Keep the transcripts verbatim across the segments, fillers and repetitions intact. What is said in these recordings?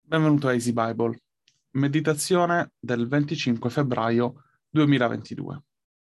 Benvenuto a Easy Bible, meditazione del venticinque febbraio duemilaventidue.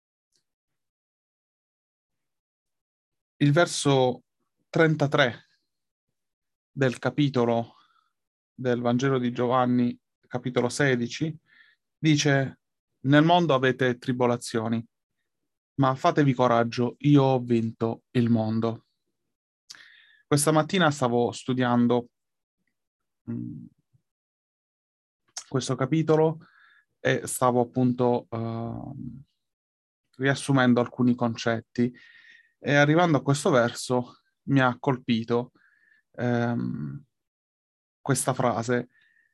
Il verso trentatré del capitolo del Vangelo di Giovanni, capitolo sedici, dice: Nel mondo avete tribolazioni, ma fatevi coraggio, io ho vinto il mondo. Questa mattina stavo studiando mh, questo capitolo e stavo appunto uh, riassumendo alcuni concetti e arrivando a questo verso mi ha colpito um, questa frase.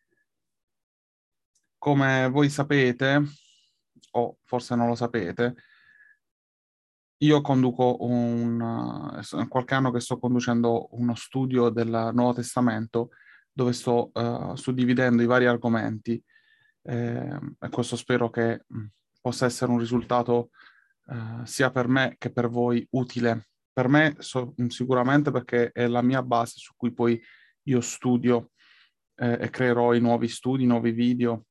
Come voi sapete, o forse non lo sapete, io conduco un... è qualche anno che sto conducendo uno studio del Nuovo Testamento dove sto uh, suddividendo i vari argomenti eh, e questo spero che mh, possa essere un risultato uh, sia per me che per voi utile. Per me so, sicuramente perché è la mia base su cui poi io studio eh, e creerò i nuovi studi, i nuovi video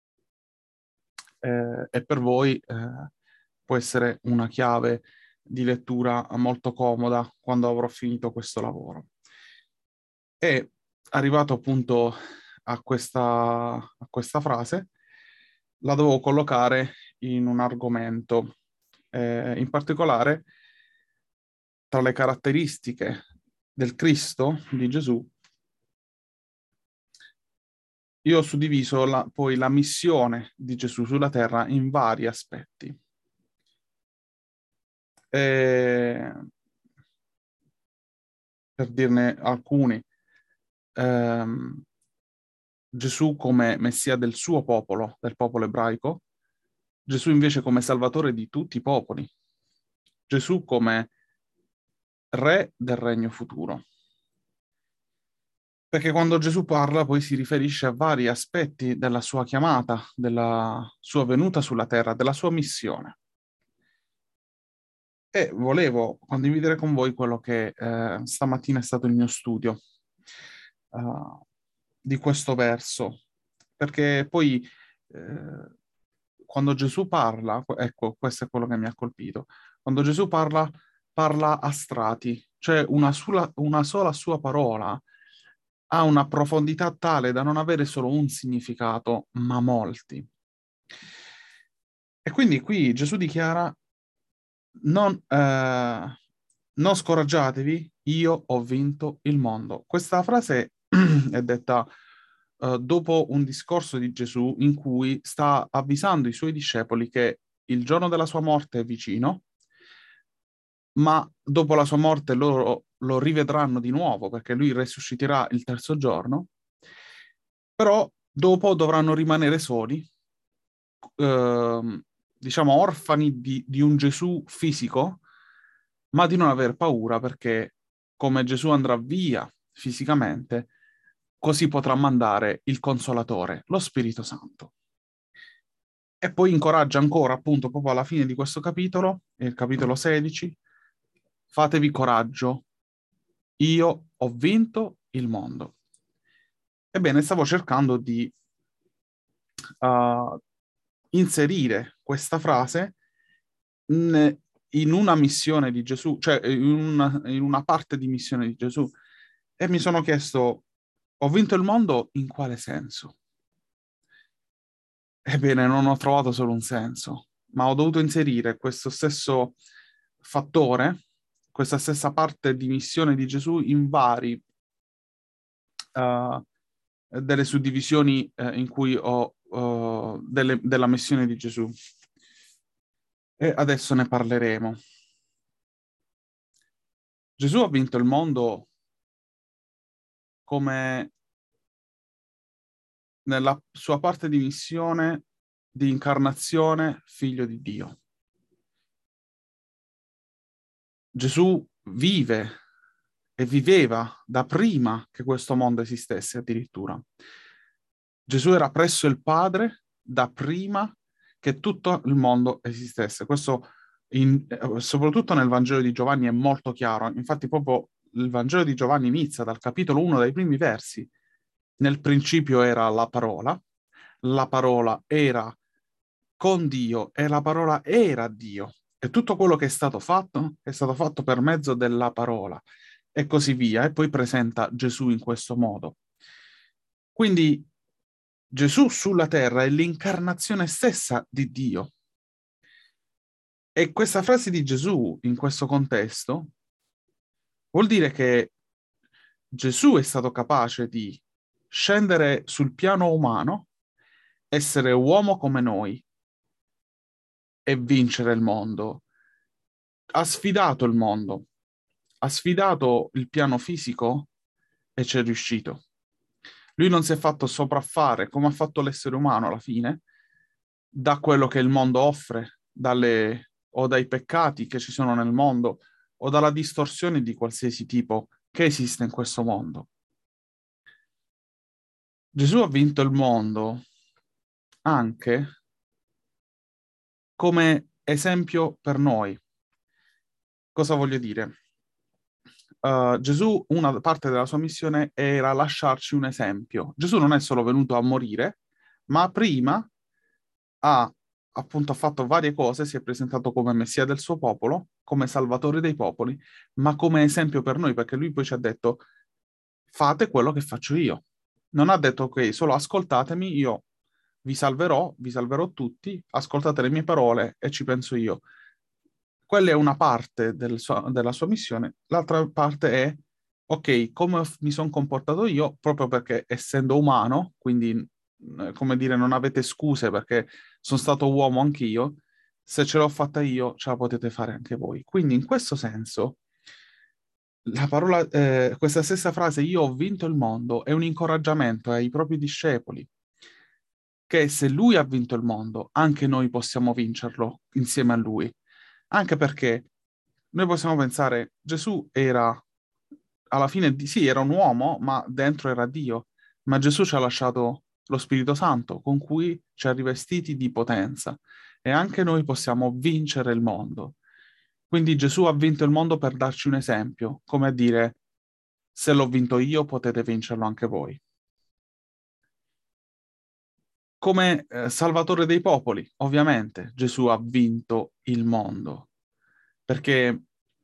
eh, e per voi eh, può essere una chiave di lettura molto comoda quando avrò finito questo lavoro. E arrivato appunto a questa, a questa frase, la dovevo collocare in un argomento, eh, in particolare tra le caratteristiche del Cristo, di Gesù. Io ho suddiviso la, poi la missione di Gesù sulla terra in vari aspetti. E, per dirne alcuni, ehm, Gesù come messia del suo popolo, del popolo ebraico, Gesù invece come salvatore di tutti i popoli, Gesù come re del regno futuro. Perché quando Gesù parla poi si riferisce a vari aspetti della sua chiamata, della sua venuta sulla terra, della sua missione. E volevo condividere con voi quello che eh, stamattina è stato il mio studio uh, di questo verso, perché poi eh, quando Gesù parla, ecco, questo è quello che mi ha colpito, quando Gesù parla, parla a strati, cioè una, sola, una sola sua parola ha una profondità tale da non avere solo un significato, ma molti. E quindi qui Gesù dichiara: non, eh, non scoraggiatevi, io ho vinto il mondo. Questa frase è detta eh, dopo un discorso di Gesù in cui sta avvisando i suoi discepoli che il giorno della sua morte è vicino, ma dopo la sua morte loro lo rivedranno di nuovo perché lui resusciterà il terzo giorno, però dopo dovranno rimanere soli, eh, diciamo orfani di, di un Gesù fisico, ma di non aver paura perché come Gesù andrà via fisicamente, così potrà mandare il Consolatore, lo Spirito Santo. E poi incoraggia ancora, appunto, proprio alla fine di questo capitolo, il capitolo sedici, fatevi coraggio, io ho vinto il mondo. Ebbene, stavo cercando di uh, inserire questa frase in, in una missione di Gesù, cioè in una, in una parte di missione di Gesù, e mi sono chiesto, ho vinto il mondo in quale senso? Ebbene, non ho trovato solo un senso, ma ho dovuto inserire questo stesso fattore, questa stessa parte di missione di Gesù in vari uh, delle suddivisioni uh, in cui ho uh, delle, della missione di Gesù. E adesso ne parleremo. Gesù ha vinto il mondo come nella sua parte di missione di incarnazione figlio di Dio. Gesù vive e viveva da prima che questo mondo esistesse addirittura. Gesù era presso il Padre da prima che tutto il mondo esistesse. Questo in, soprattutto nel Vangelo di Giovanni è molto chiaro. Infatti proprio il Vangelo di Giovanni inizia dal capitolo uno, dai primi versi, nel principio era la parola, la parola era con Dio e la parola era Dio. E tutto quello che è stato fatto è stato fatto per mezzo della parola e così via. E poi presenta Gesù in questo modo. Quindi Gesù sulla terra è l'incarnazione stessa di Dio. E questa frase di Gesù in questo contesto vuol dire che Gesù è stato capace di scendere sul piano umano, essere uomo come noi e vincere il mondo. Ha sfidato il mondo, ha sfidato il piano fisico e ci è riuscito. Lui non si è fatto sopraffare, come ha fatto l'essere umano alla fine, da quello che il mondo offre, dalle, o dai peccati che ci sono nel mondo, o dalla distorsione di qualsiasi tipo che esiste in questo mondo. Gesù ha vinto il mondo anche come esempio per noi. Cosa voglio dire? Uh, Gesù, una parte della sua missione era lasciarci un esempio. Gesù non è solo venuto a morire, ma prima ha appunto fatto varie cose, si è presentato come Messia del suo popolo, come Salvatore dei popoli, ma come esempio per noi, perché lui poi ci ha detto fate quello che faccio io. Non ha detto ok, solo ascoltatemi, io vi salverò, vi salverò tutti, ascoltate le mie parole e ci penso io. Quella è una parte del suo- della sua missione, l'altra parte è ok, come f- mi sono comportato io, proprio perché essendo umano, quindi eh, come dire, non avete scuse perché sono stato uomo anch'io, se ce l'ho fatta io, ce la potete fare anche voi. Quindi in questo senso, la parola, eh, questa stessa frase, io ho vinto il mondo, è un incoraggiamento ai propri discepoli, che se lui ha vinto il mondo, anche noi possiamo vincerlo insieme a lui. Anche perché noi possiamo pensare, Gesù era, alla fine, di- sì, era un uomo, ma dentro era Dio. Ma Gesù ci ha lasciato lo Spirito Santo, con cui ci ha rivestiti di potenza. E anche noi possiamo vincere il mondo. Quindi Gesù ha vinto il mondo per darci un esempio, come a dire, se l'ho vinto io, potete vincerlo anche voi. Come eh, Salvatore dei popoli, ovviamente, Gesù ha vinto il mondo, perché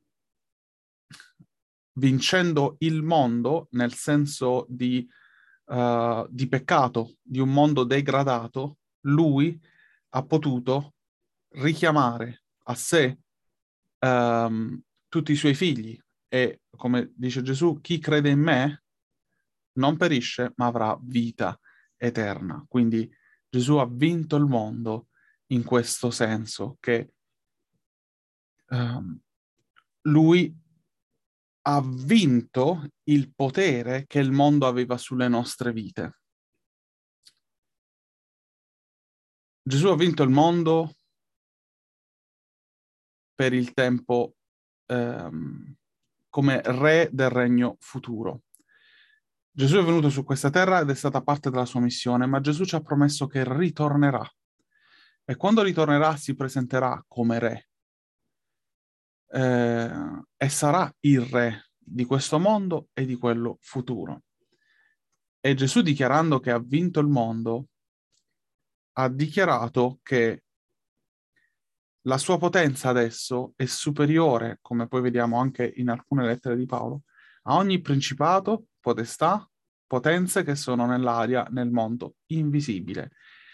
vincendo il mondo nel senso di, uh, di peccato, di un mondo degradato, lui ha potuto richiamare a sé um, tutti i suoi figli e, come dice Gesù, chi crede in me non perisce, ma avrà vita eterna. Quindi Gesù ha vinto il mondo in questo senso, che um, lui ha vinto il potere che il mondo aveva sulle nostre vite. Gesù ha vinto il mondo per il tempo ehm, come re del regno futuro. Gesù è venuto su questa terra ed è stata parte della sua missione, ma Gesù ci ha promesso che ritornerà. E quando ritornerà si presenterà come re eh, e sarà il re di questo mondo e di quello futuro. E Gesù, dichiarando che ha vinto il mondo, ha dichiarato che la sua potenza adesso è superiore, come poi vediamo anche in alcune lettere di Paolo, a ogni principato, potestà, potenze che sono nell'aria, nel mondo invisibile.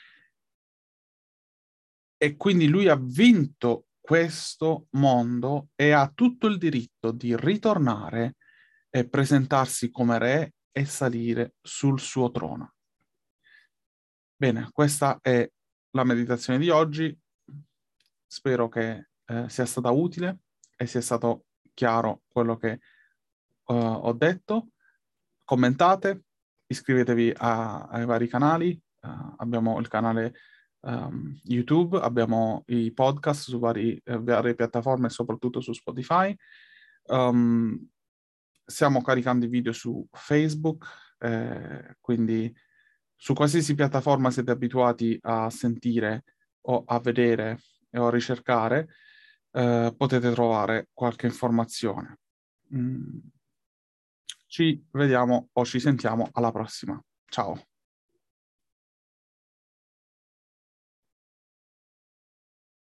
E quindi lui ha vinto questo mondo e ha tutto il diritto di ritornare e presentarsi come re e salire sul suo trono. Bene, questa è la meditazione di oggi. Spero che eh, sia stata utile e sia stato chiaro quello che uh, ho detto. Commentate, iscrivetevi a- ai vari canali. Uh, abbiamo il canale um, YouTube, abbiamo i podcast su vari, eh, varie piattaforme, soprattutto su Spotify. Um, stiamo caricando i video su Facebook, eh, quindi su qualsiasi piattaforma siete abituati a sentire o a vedere o a ricercare, eh, potete trovare qualche informazione. Mm. Ci vediamo o ci sentiamo alla prossima. Ciao.